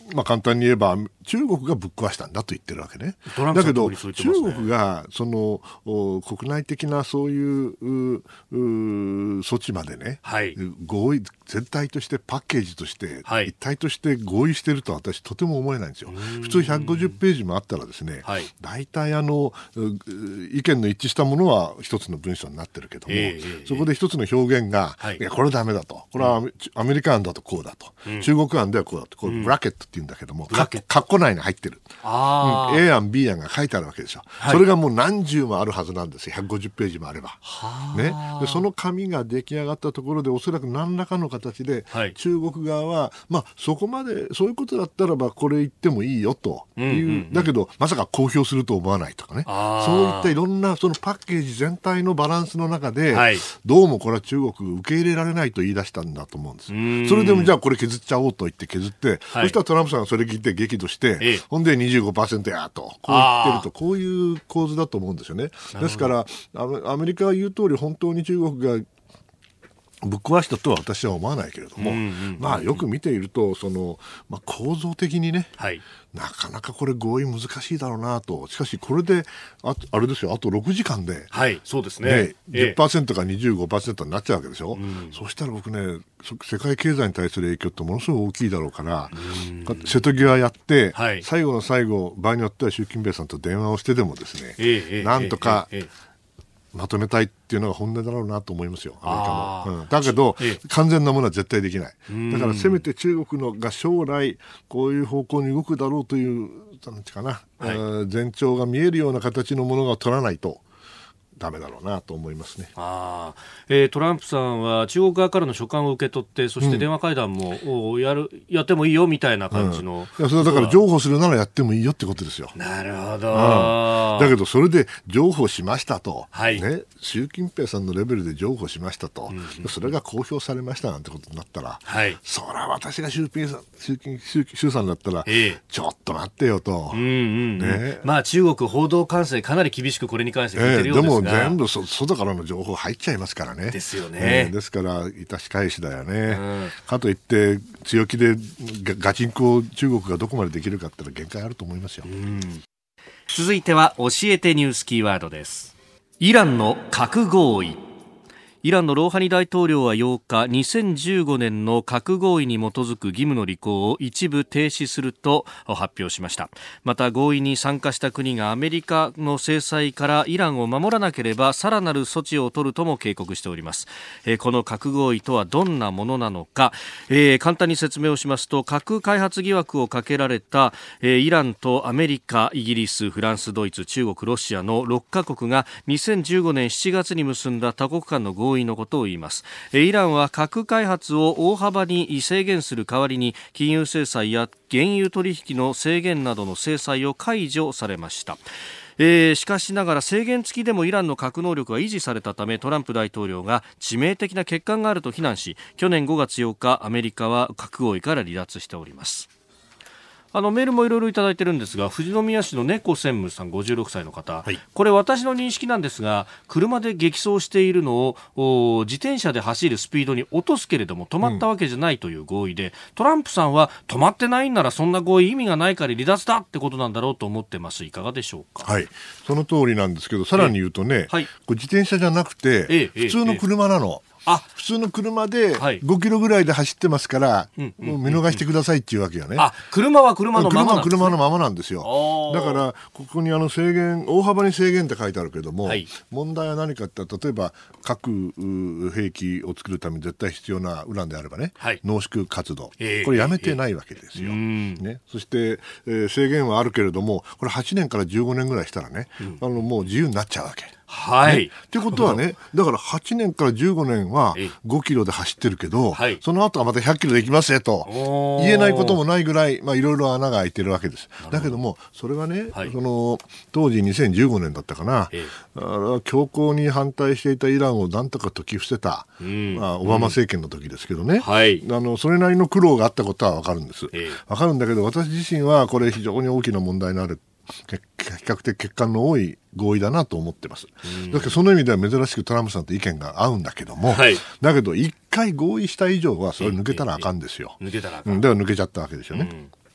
Speaker 3: まあ、簡単に言えば中国がぶっ壊したんだと言ってるわけね。だけど、ね、中国がその国内的なそういう措置までね、はい、合意全体としてパッケージとして、はい、一体として合意しているとは私とても思えないんですよ。普通ひゃくごじゅっページもあったらですね、はい、大体あの意見の一致したものは一つの文章になってるけども、えー、そこで一つの表現が、はい、いやこれダメだと、これはアメリカ案だとこうだと、うん、中国案ではこうだと、こうブラケットって言うんだけども、カッコ内に入ってる、あ、うん、A 案 B 案が書いてあるわけでしょ、はい、それがもう何十もあるはずなんですよ。ひゃくごじゅっページもあれば、ね、でその紙が出来上がったところでおそらく何らかの形で、はい、中国側は、まあ、そこまでそういうことだったらばこれ言ってもいいよという、うんうんうん、だけどまさか公表すると思わないとかね、そういったいろんなそのパッケージ全体のバランスの中で、はい、どうもこれは中国受け入れられないと言い出したんだと思うんです。それでもじゃあこれ削っちゃおうと言って削って、はい、そしたらトランプさんがそれ聞いて激怒して、ええ、ほんで にじゅうごパーセント やとこう言ってると、こういう構図だと思うんですよね。ですからアメリカが言う通り本当に中国がぶっ壊したとは私は思わないけれども、うんうんうんうん、まあ、よく見ているとその、まあ、構造的にね、はい、なかなかこれ合意難しいだろうなと。しかしこれで あ, あれですよ、あとろくじかんで、
Speaker 1: はい、そうですね、
Speaker 3: ね、じゅっパーセント か にじゅうごパーセント になっちゃうわけでしょ、うん、そしたら僕ね、世界経済に対する影響ってものすごい大きいだろうから、うん、瀬戸際やって、はい、最後の最後場合によっては習近平さんと電話をしてでもですね、ええ、なんとか、ええええまとめたいっていうのが本音だろうなと思いますよ、アメリカも、うん、だけど、ええ、完全なものは絶対できない。だからせめて中国のが将来こういう方向に動くだろうというなんていうかな、はい、前兆が見えるような形のものが取らないとダメだろうなと思いますね。
Speaker 1: あ、えー、トランプさんは中国側からの書簡を受け取って、そして電話会談も、うん、やるやってもいいよみたいな感じの、
Speaker 3: うん、いやそれはだから譲歩するならやってもいいよってことですよ。
Speaker 1: なるほど、
Speaker 3: うん、だけどそれで譲歩しましたと、はいね、習近平さんのレベルで譲歩しましたと、うん、それが公表されましたなんてことになったら、はい、それは私が習近平さん、習近習習さんだったら、えー、ちょっと待ってよと、うんうんうん
Speaker 1: ね、まあ、中国報道管制かなり厳しくこれに関して聞いてるようですが、えー、でも
Speaker 3: 全部そ外からの情報入っちゃいますからね。
Speaker 1: ですよね、
Speaker 3: えー、ですから致し返しだよね、うん、かといって強気でガ, ガチンコを中国がどこまでできるかってのは限界あると思いますよ、うん、
Speaker 1: 続いては教えてニュースキーワードです。イランの核合意。イランのローハニ大統領はようか、にせんじゅうごねんの核合意に基づく義務の履行を一部停止すると発表しました。また合意に参加した国がアメリカの制裁からイランを守らなければさらなる措置を取るとも警告しております。えー、この核合意とはどんなものなのか、えー、簡単に説明をしますと、核開発疑惑をかけられた、えー、イランとアメリカ、イギリス、フランス、ドイツ、中国、ロシアのろっかこくがにせんじゅうごねんしちがつに結んだ多国間の合意合意のことを言います。イランは核開発を大幅に制限する代わりに金融制裁や原油取引の制限などの制裁を解除されました。えー、しかしながら制限付きでもイランの核能力は維持されたため、トランプ大統領が致命的な欠陥があると非難し、去年ごがつようかアメリカは核合意から離脱しております。あのメールもいろいろいただいてるんですが、富士宮市の猫専務さんごじゅうろくさいの方、はい、これ私の認識なんですが、車で激走しているのを自転車で走るスピードに落とすけれども止まったわけじゃないという合意で、うん、トランプさんは止まってないんならそんな合意意味がないから離脱だってことなんだろうと思ってます。いかがでしょうか。
Speaker 3: はい、その通りなんですけど、さらに言うとね、はい、これ自転車じゃなくて、ええ、普通の車なの。ええあ普通の車でごキロぐらいで走ってますから、はい、もう見逃してくださいっていうわけよね。
Speaker 1: あ車は車のままなんですね。
Speaker 3: 車は車のままなんですよ。だからここにあの制限、大幅に制限って書いてあるけども、はい、問題は何かって例えば核兵器を作るために絶対必要なウランであればね、はい、濃縮活動、えー、これやめてないわけですよ、えーね、そして、えー、制限はあるけれども、これはちねんからじゅうごねんぐらいしたらね、うん、あのもう自由になっちゃうわけ。
Speaker 1: はい。
Speaker 3: っていうことはね、だからはちねんからじゅうごねんはごキロで走ってるけど、はい、その後はまたひゃっキロで行きますよと言えないこともないぐらい、まあいろいろ穴が開いてるわけです。だけども、それはね、はい、その当時にせんじゅうごねんだったかな、ええ、強硬に反対していたイランをなんとか解き伏せた、うんまあ、オバマ政権の時ですけどね、うんはい、あのそれなりの苦労があったことは分かるんです。ええ、分かるんだけど、私自身はこれ非常に大きな問題のある、比較的欠陥の多い合意だなと思ってます。だけどその意味では珍しくトランプさんと意見が合うんだけども、はい、だけど一回合意した以上はそれ抜けたらあかんですよ。
Speaker 1: 抜けたらあかん。
Speaker 3: だから抜けちゃったわけですよね。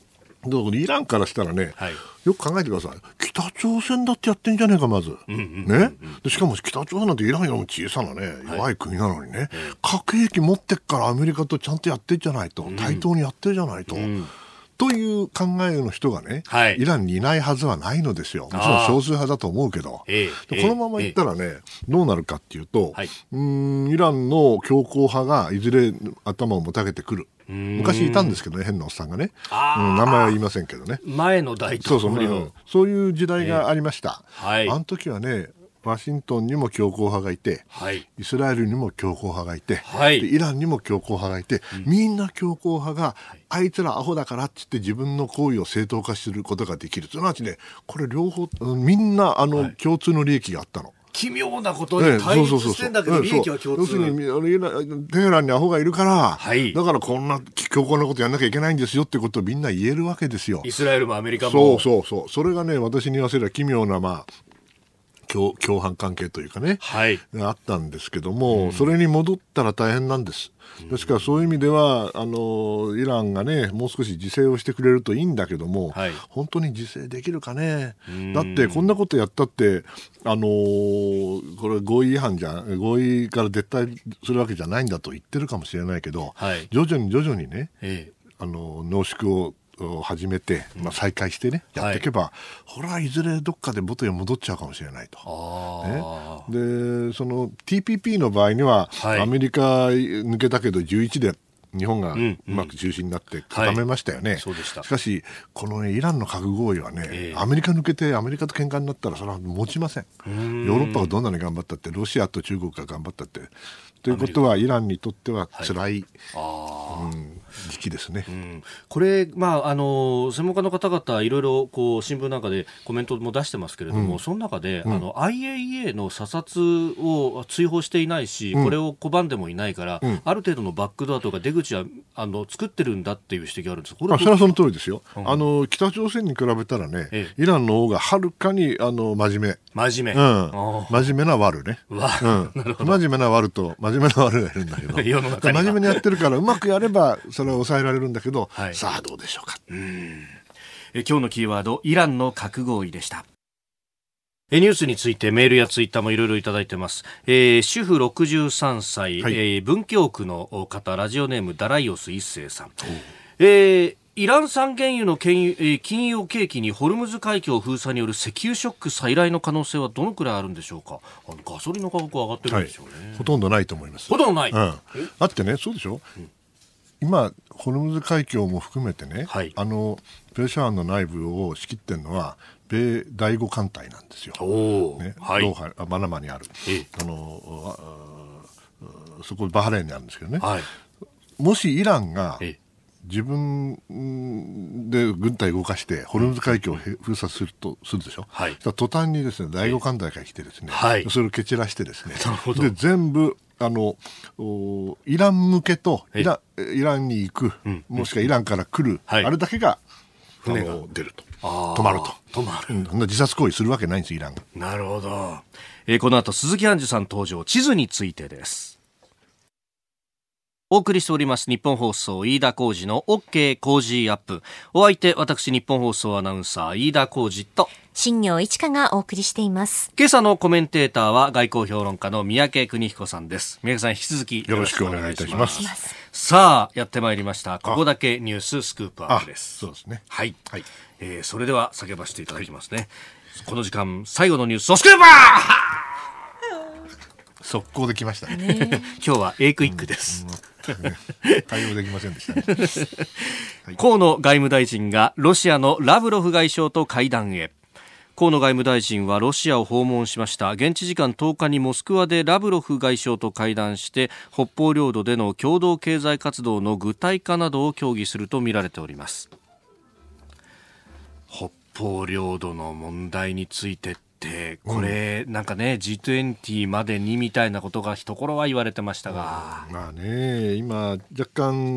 Speaker 3: だからイランからしたらね、
Speaker 1: はい、
Speaker 3: よく考えてください。北朝鮮だってやってんじゃねえかまず、うんうんうんうん、ね、でしかも北朝鮮なんてイランよりも小さなね弱い国なのにね、はい、核兵器持ってっからアメリカとちゃんとやってんじゃないと、うん、対等にやってるじゃないと、うん、という考えの人がね、はい、イランにいないはずはないのですよ。もちろん少数派だと思うけど、えー、このままいったらね、えー、どうなるかっていうと、はい、うーんイランの強硬派がいずれ頭をもたげてくる。昔いたんですけどね、変なおっさんがね、うん、名前は言いませんけどね、
Speaker 1: 前の大統領、そうそう、うん、
Speaker 3: そういう時代がありました、
Speaker 1: えーはい、
Speaker 3: あの時はねワシントンにも強硬派がいて、はい、イスラエルにも強硬派がいて、はい、でイランにも強硬派がいて、うん、みんな強硬派が、はい、あいつらアホだからって言って自分の行為を正当化することができる。すなわちね、これ両方みんなあの、はい、共通の利益があったの。
Speaker 1: 奇妙なことに対立してんだけど、利益は共通。
Speaker 3: 要するにテヘランにアホがいるから、はい、だからこんな強硬なことやんなきゃいけないんですよってことをみんな言えるわけですよ。
Speaker 1: イスラエルもアメリカも。
Speaker 3: そうそうそう。それがね、私に言わせれば奇妙なまあ共, 共犯関係というかね、はい、あったんですけども、うん、それに戻ったら大変なんです。ですからそういう意味ではあのイランがねもう少し自制をしてくれるといいんだけども、はい、本当に自制できるかね。だってこんなことやったってあのー、これ合意違反じゃ合意から撤退するわけじゃないんだと言ってるかもしれないけど、はい、徐々に徐々にね、ええ、あの濃縮を始めて、まあ、再開してね、うん、やっていけば、はい、ほらいずれどっかで元へ戻っちゃうかもしれないと。あ、ね、でその ティーピーピー の場合には、はい、アメリカ抜けたけどじゅういちで日本がうまく中心になって固めましたよね、うんうん、はい、そうでした。しかしこの、ね、イランの核合意はね、えー、アメリカ抜けてアメリカと喧嘩になったらそれは持ちません。ヨーロッパがどんなに頑張ったってロシアと中国が頑張ったってということはイランにとっては辛い、はい、あ、うん、時期ですね、うん、
Speaker 1: これ、まあ、あの専門家の方々いろいろこう新聞なんかでコメントも出してますけれども、うん、その中で、うん、あの アイエーイーエー の査察を追放していないし、うん、これを拒んでもいないから、うん、ある程度のバックドアとか出口はあの作ってるんだっていう指摘があるんです。これは
Speaker 3: それはその通りですよ、うん、あの北朝鮮に比べたらね、ええ、イランの方がはるかにあの真面目
Speaker 1: 真面目、
Speaker 3: うん、真面目なワルね、うん、真面目なワルと真面目なワルがいるんだけど世の中に真面目にやってるからうまくやればそれは抑えられるんだけど、はい、さあどうでしょうか。うん、
Speaker 1: え今日のキーワードイランの核合意でした。ニュースについてメールやツイッターもいろいろいただいてます、えー、主婦ろくじゅうさんさい、はい、えー、文京区の方ラジオネームダライオス一世さん、えーイラン産原油の禁輸契機にホルムズ海峡封鎖による石油ショック再来の可能性はどのくらいあるんでしょうか。あのガソリンの価格は上がってるんでしょうね、
Speaker 3: はい、ほとんどないと思います。
Speaker 1: ほとんどない、うん、
Speaker 3: あってね、そうでしょ、うん、今ホルムズ海峡も含めてね、はい、あのペルシャ湾の内部を仕切ってるのは米第五艦隊なんですよ、ね、はい、ドーハマナマにある、あのあそこバハレーンにあるんですけどね、はい、もしイランが自分で軍隊を動かしてホルムズ海峡を封鎖するとするでしょ、はい、途端にですね第五艦隊が来てですね、はい、それを蹴散らしてですね、で全部あのイラン向けとイラ、イランに行く、うん、もしくはイランから来る、はい、あれだけが船が出ると止まると止まる、うん、自殺行為するわけないんですイランが。
Speaker 1: なるほど、えー、この後鈴木杏樹さん登場、地図についてです。お送りしております日本放送飯田浩司の OK 工事アップ。お相手私日本放送アナウンサー飯田浩司と
Speaker 2: 新業一華がお送りしています。
Speaker 1: 今朝のコメンテーターは外交評論家の三宅邦彦さんです。三宅さん引き続き
Speaker 3: よろしくお願いいたします。
Speaker 1: さあやってまいりました。ここだけニューススクープアップです。
Speaker 3: そうですね。
Speaker 1: はい、はい、えー、それでは叫ばせていただきますね。この時間最後のニュースをスクープアッ
Speaker 3: プ速攻できましたね。
Speaker 1: 今日は A クイックです、
Speaker 3: うん、対応できませんでしたね。
Speaker 1: はい、河野外務大臣がロシアのラブロフ外相と会談へ。河野外務大臣はロシアを訪問しました。現地時間とおかにモスクワでラブロフ外相と会談して北方領土での共同経済活動の具体化などを協議するとみられております。北方領土の問題についてってこれ、うん、なんかね ジーにじゅう までにみたいなことが一頃は言われてましたが、
Speaker 3: うん、まあね今若干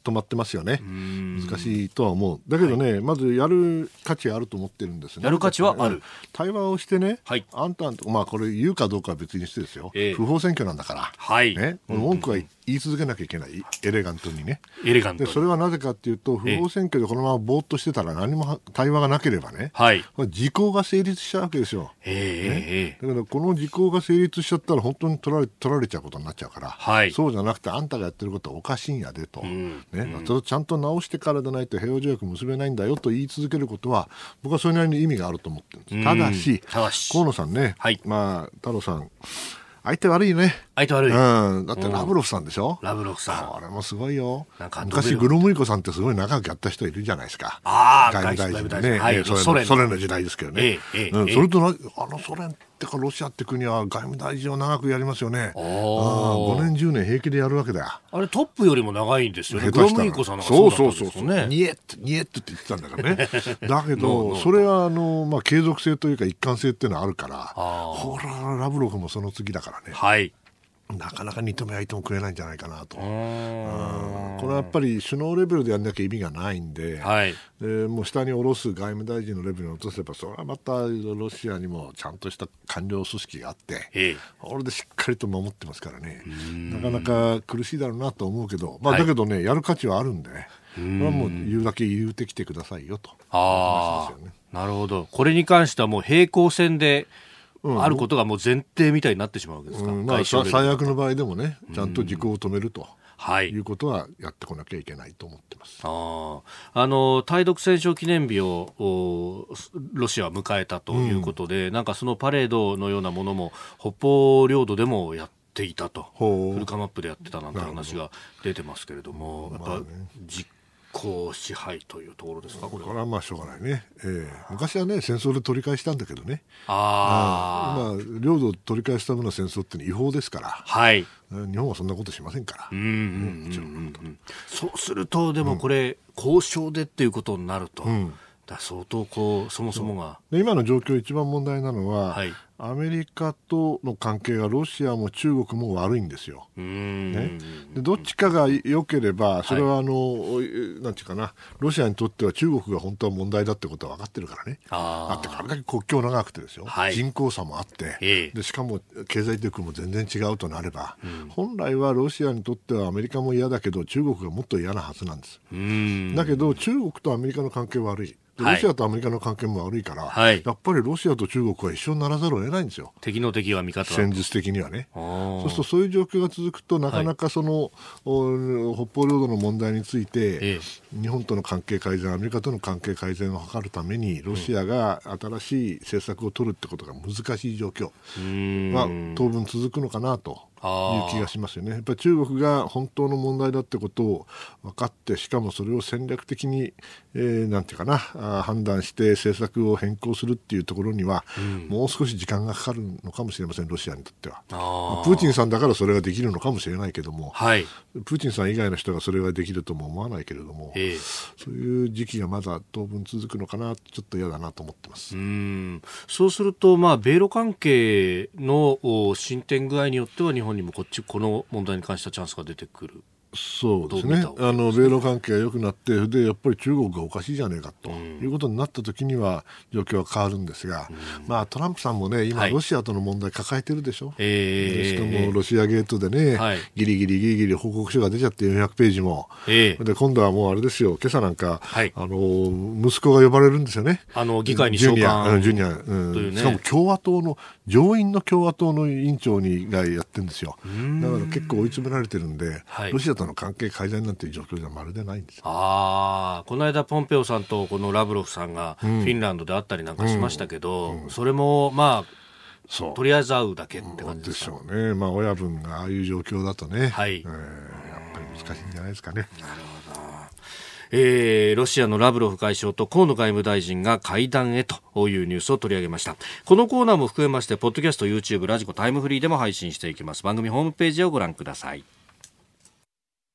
Speaker 3: 止まってますよね。難しいとは思う。だけどね、はい、まずやる価値あると思ってるんですね。
Speaker 1: やる価値はある。
Speaker 3: 対話をしてね、
Speaker 1: はい、
Speaker 3: あんたんと、まあこれ言うかどうかは別にしてですよ、えー、不法選挙なんだから、
Speaker 1: はい
Speaker 3: ね、文句は言い続けなきゃいけない、エレガントにね。
Speaker 1: エレガントに。
Speaker 3: でそれはなぜかっていうと、不法選挙でこのままぼーっとしてたら何も対話がなければね、はい、時効が成立しちゃうわけですよ。
Speaker 1: えー、
Speaker 3: ね、だからこの時効が成立しちゃったら本当に取られ、取られちゃうことになっちゃうから、はい、そうじゃなくてあんたがやってることはおかしいんやでと、うんね、うん、それをちゃんと直してからでないと平和条約結べないんだよと言い続けることは僕はそれなりに意味があると思ってるんです。ただし、ただし河野さんね、はい、まあ太郎さん相手悪いね。
Speaker 1: 相手悪い、
Speaker 3: うん、だってラブロフさんでしょ、
Speaker 1: うん、ラブロフさん
Speaker 3: これもすごいよ。なんか昔グロムイコさんってすごい長くやった人いるじゃないですか。
Speaker 1: あ
Speaker 3: 外務大臣でね、はい、ソ連の、ソ連の時代ですけどね、ええええうん、それとなあのソ連ってかロシアって国は外務大臣を長くやりますよね。あごねんじゅうねん平気でやるわけだよ。
Speaker 1: あれトップよりも長いんですよね。グロムイコさんの方がそうだったんですよね。そうそうそうそう、
Speaker 3: ニエットニエットって言ってたんだからねだけどそれはあの、まあ、継続性というか一貫性っていうのはあるから、ほらラブロフもその次だからね、はい、なかなか認め相手もくれないんじゃないかなと。これはやっぱり首脳レベルでやんなきゃ意味がないんで、はい、でもう下に下ろす外務大臣のレベルに落とせばそれはまたロシアにもちゃんとした官僚組織があって、ええ、これでしっかりと守ってますからね、なかなか苦しいだろうなと思うけど、まあ、だけどね、はい、やる価値はあるんでね、これはもう言うだけ言うてきてくださいよと。
Speaker 1: あー、ね、なるほど。これに関してはもう平行線であることがもう前提みたいになってしまうわけですか。うん、まあ、
Speaker 3: 最悪の場合でもね、ちゃんと時効を止めると、はい、いうことはやってこなきゃいけないと思ってます。
Speaker 1: ああの対独戦勝記念日をロシアは迎えたということで、うん、なんかそのパレードのようなものも北方領土でもやっていたと、フルカマップでやってたなんて話が出てますけれども、やっぱ、まあね、実こう支配というところですか。これは、
Speaker 3: これはまあしょうがないね、えー、昔はね戦争で取り返したんだけどね、
Speaker 1: あ
Speaker 3: あ今領土を取り返すための戦争って違法ですから、はい、日本はそんなことしませんから。
Speaker 1: そうするとでもこれ、うん、交渉でっていうことになると、うん、だ相当こうそもそもが
Speaker 3: で今の状況一番問題なのは、はい、アメリカとの関係がロシアも中国も悪いんですよ。うーん、ね、でどっちかが良ければそれはあの、はい、なんていうかな、ロシアにとっては中国が本当は問題だってことは分かってるからね。あだってこれだけ国境長くてですよ、はい、人口差もあって、ええ、でしかも経済力も全然違うとなれば、うん、本来はロシアにとってはアメリカも嫌だけど中国がもっと嫌なはずなんです。うーんだけど中国とアメリカの関係は悪い、ロシアとアメリカの関係も悪いから、はい、やっぱりロシアと中国は一緒にならざるを得ないんですよ。
Speaker 1: 敵の敵は味方だと、
Speaker 3: 戦術的にはね。そうするとそういう状況が続くとなかなかその、はい、北方領土の問題について、ええ、日本との関係改善、アメリカとの関係改善を図るためにロシアが新しい政策を取るってことが難しい状況は当分続くのかなという気がしますよね。やっぱり中国が本当の問題だってことを分かって、しかもそれを戦略的に、えー、なんていうかな判断して政策を変更するっていうところには、うん、もう少し時間がかかるのかもしれません、ロシアにとっては。あプーチンさんだからそれができるのかもしれないけども、はい、プーチンさん以外の人がそれができるとも思わないけれども、えー、そういう時期がまだ当分続くのかな、ちょっと嫌だなと思ってます。
Speaker 1: うーんそうすると、まあ、米ロ関係の進展具合によっては日本にもこっちこの問題に関してはチャンスが出てくる。
Speaker 3: そうですね、あの米ロ関係が良くなってでやっぱり中国がおかしいじゃねえかということになったときには状況は変わるんですが、うんまあ、トランプさんもね今、はい、ロシアとの問題抱えてるでしょ、えー、しかもロシアゲートでね、はい、ギリギリギリギリ報告書が出ちゃってよんひゃくページも、えー、で今度はもうあれですよ、今朝なんか、はい、あの息子が呼ばれるんですよね、
Speaker 1: あの議会に召喚
Speaker 3: ジュニア、うんジュニア、うんね、しかも共和党の上院の共和党の委員長にがやってるんですよ。だから結構追い詰められてるんで、はい、ロシアとの関係改善なんていう状況じゃまるでないんですよ。
Speaker 1: あこの間ポンペオさんとこのラブロフさんがフィンランドで会ったりなんかしましたけど、うんうん、それもまあそうとりあえず会うだけって感じですか。
Speaker 3: でしょうね、まあ、親分がああいう状況だとね、はいえー、やっぱり難しいんじゃないですかね。
Speaker 1: なるほど。えー、ロシアのラブロフ外相と河野外務大臣が会談へというニュースを取り上げました。このコーナーも含めましてポッドキャスト、YouTube、ラジコ、タイムフリーでも配信していきます。番組ホームページをご覧ください。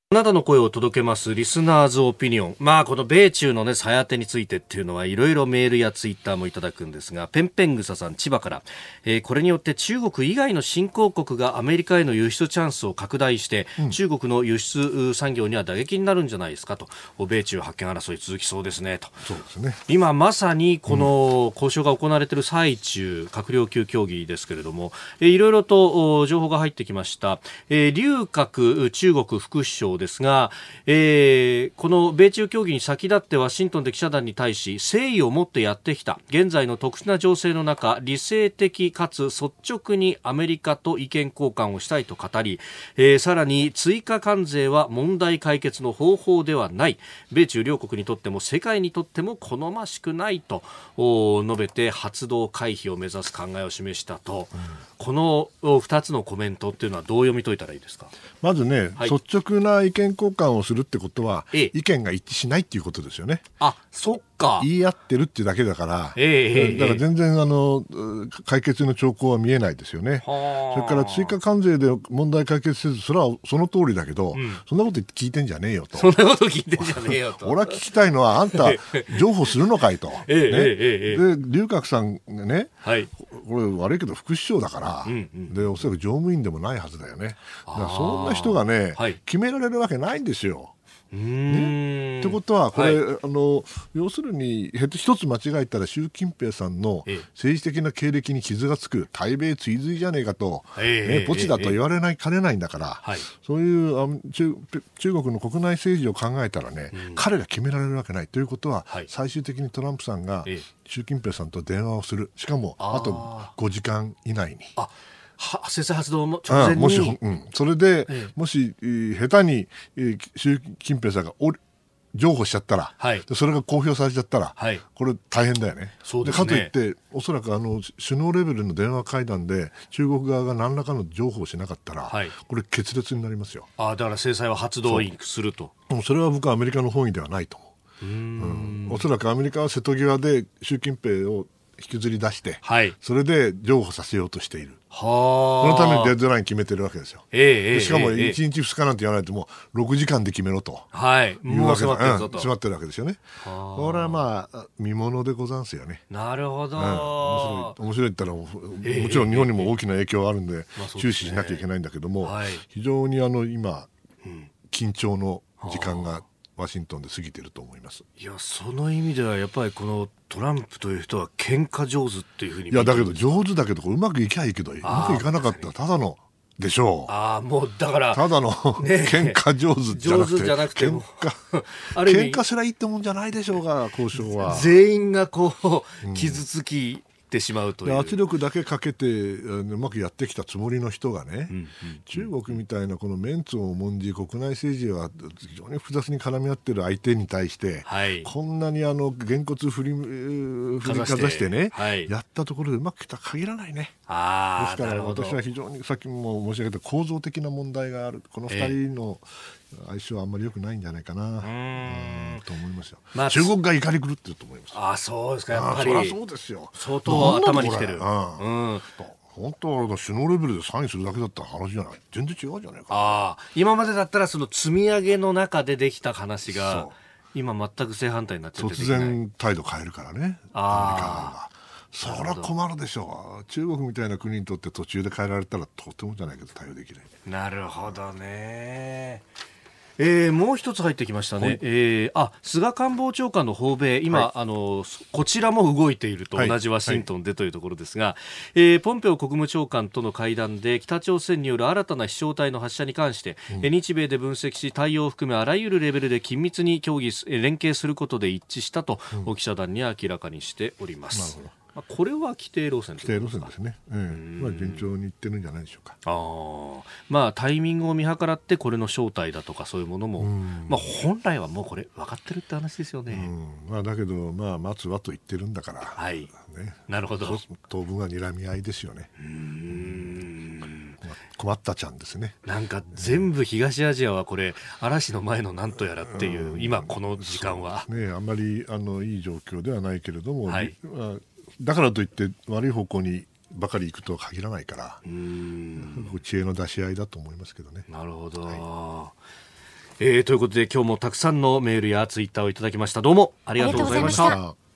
Speaker 1: あなたの声を届けますリスナーズオピニオン。まあこの米中のねさや当てについてっていうのはいろいろメールやツイッターもいただくんですが、ペンペングサさん千葉から、えー、これによって中国以外の新興国がアメリカへの輸出チャンスを拡大して、うん、中国の輸出産業には打撃になるんじゃないですかと。米中発見争い続きそうですねと。
Speaker 3: そうですね。
Speaker 1: 今まさにこの交渉が行われている最中、閣僚級協議ですけれども、えー、いろいろと情報が入ってきました。えー、劉鶴中国副首相ですが、えー、この米中協議に先立ってワシントンで記者団に対し誠意を持ってやってきた現在の特殊な情勢の中、理性的かつ率直にアメリカと意見交換をしたいと語り、えー、さらに追加関税は問題解決の方法ではない、米中両国にとっても世界にとっても好ましくないと述べて発動回避を目指す考えを示したと、うん、このふたつのコメントっていうのはどう読み解いたらいいですか。
Speaker 3: まずね、はい、率直な意見交換をするってことは、
Speaker 1: ええ、
Speaker 3: 意見が一致しないっていうことですよね。
Speaker 1: あ、そっか。
Speaker 3: 言い合ってるっていうだけだから、
Speaker 1: ええ、
Speaker 3: だから全然あの解決の兆候は見えないですよね。それから追加関税で問題解決せず、それはその通りだけど、うん、そんなこと聞いてんじゃねえよと。
Speaker 1: そんなこと聞いてんじゃねえよと。
Speaker 3: 俺は聞きたいのはあんた譲歩するのかいと。
Speaker 1: ええ、ね、え
Speaker 3: え、で劉鶴さんがね、
Speaker 1: はい、
Speaker 3: これ悪いけど副首相だから、うんうん、でおそらく常務員でもないはずだよね。だからそんな人がね、はい、決められるわけないんですよ。
Speaker 1: うーん
Speaker 3: ね、ってことはこれ、
Speaker 1: はい、
Speaker 3: あの要するに一つ間違えたら習近平さんの政治的な経歴に傷がつく、対米追随じゃねえかと、ね、ポチだと言われないかねないんだから、はい、そういう中、中国の国内政治を考えたらね、うん、彼が決められるわけないということは、はい、最終的にトランプさんが習近平さんと電話をする、しかもあとごじかん以内に。
Speaker 1: あ制裁発動も直前に、
Speaker 3: もし、うん、それで、ええ、もし、えー、下手に、えー、習近平さんがお譲歩しちゃったら、はい、それが公表されちゃったら、はい、これ大変だよね。
Speaker 1: そうですね。
Speaker 3: でかといっておそらくあの首脳レベルの電話会談で中国側が何らかの譲歩をしなかったら、はい、これ決裂になりますよ。
Speaker 1: あ、だから制裁は発動すると。
Speaker 3: そ, それは僕はアメリカの本意ではないと思う。うーん、うん、おそらくアメリカは瀬戸際で習近平を引きずり出して、はい、それで譲歩させようとしている。
Speaker 1: は
Speaker 3: そのためにデッドライン決めてるわけですよ。
Speaker 1: えー、
Speaker 3: しかもいちにちふつかなんて言わないともうろくじかんで決めろと、
Speaker 1: はい、もう迫ってるぞと、
Speaker 3: うん、迫ってるわけですよね。これはまあ見ものでござんすよね。
Speaker 1: なるほど、うん、
Speaker 3: 面白い面白いって言ったら も, もちろん日本にも大きな影響があるんで、えー、注視しなきゃいけないんだけども、まあね、はい、非常にあの今、うん、緊張の時間がワシントンで過ぎていると思います。
Speaker 1: いや、その意味ではやっぱりこのトランプという人は喧嘩上手っていうふうに見てるんですか。
Speaker 3: いやだけど上手だけどこれうまくいきゃいいけどうまくいかなかったらただのでしょう。
Speaker 1: ああ、もうだから
Speaker 3: ただの、ね、喧嘩上手じゃなくて、
Speaker 1: 上手じゃなくても
Speaker 3: 喧嘩ある意味喧嘩すらいいってもんじゃないでしょうが、交渉は
Speaker 1: 全員がこう、うん、傷つきてしまうという
Speaker 3: 圧力だけかけてうまくやってきたつもりの人がね、うんうん、中国みたいなこのメンツを重んじ国内政治は非常に複雑に絡み合っている相手に対して、はい、こんなにあのげんこつ振り振りかざしてね、はい、やったところでうまくいったら限らないね。
Speaker 1: あ
Speaker 3: ですから私は非常にさっきも申し上げた構造的な問題がある。このふたりの相性はあんまり良くないんじゃないかな、うん、と思いますよ、まあ、中国が怒り狂ってると思います。
Speaker 1: あ、そうですか。やっぱり
Speaker 3: そりゃそうですよ。
Speaker 1: 相当頭にきてる。うん、
Speaker 3: 本当は首脳レベルでサインするだけだったら話じゃない、全然違うじゃないか。
Speaker 1: あ、今までだったらその積み上げの中でできた話が今全く正反対になっちゃって、
Speaker 3: 突然態度変えるからね、アメリカが。そりゃ困るでしょう。中国みたいな国にとって途中で変えられたらとてもじゃないけど対応できない。
Speaker 1: なるほどね。えー、もう一つ入ってきましたね、はい、えー、あ菅官房長官の訪米、今、はい、あのこちらも動いていると、同じワシントンでというところですが、はい、えー、ポンペオ国務長官との会談で北朝鮮による新たな飛翔体の発射に関して、うん、日米で分析し対応を含めあらゆるレベルで緊密に協議連携することで一致したと、うん、記者団に明らかにしております。なるほど。これは規定路線
Speaker 3: 規定路線ですね、えーまあ、順調にいってるんじゃないでしょうか。
Speaker 1: あ、まあ、タイミングを見計らってこれの正体だとかそういうものも、まあ、本来はもうこれ分かってるって話ですよね。
Speaker 3: うん、まあ、だけど、まあ、待つはと言ってるんだから、
Speaker 1: はい
Speaker 3: ね、
Speaker 1: なるほど。
Speaker 3: 当分は睨み合いですよね。うーん、困ったちゃんですね。
Speaker 1: なんか全部東アジアはこれ嵐の前のなんとやらっていう、うん、今この時間は、
Speaker 3: ね、あんまりあのいい状況ではないけれども、はい、まあだからといって悪い方向にばかり行くとは限らないから、うーん、知恵の出し合いだと思いますけどね。
Speaker 1: なるほど、はえー、ということで今日もたくさんのメールやツイッターをいただきました。どうもありがとうございました。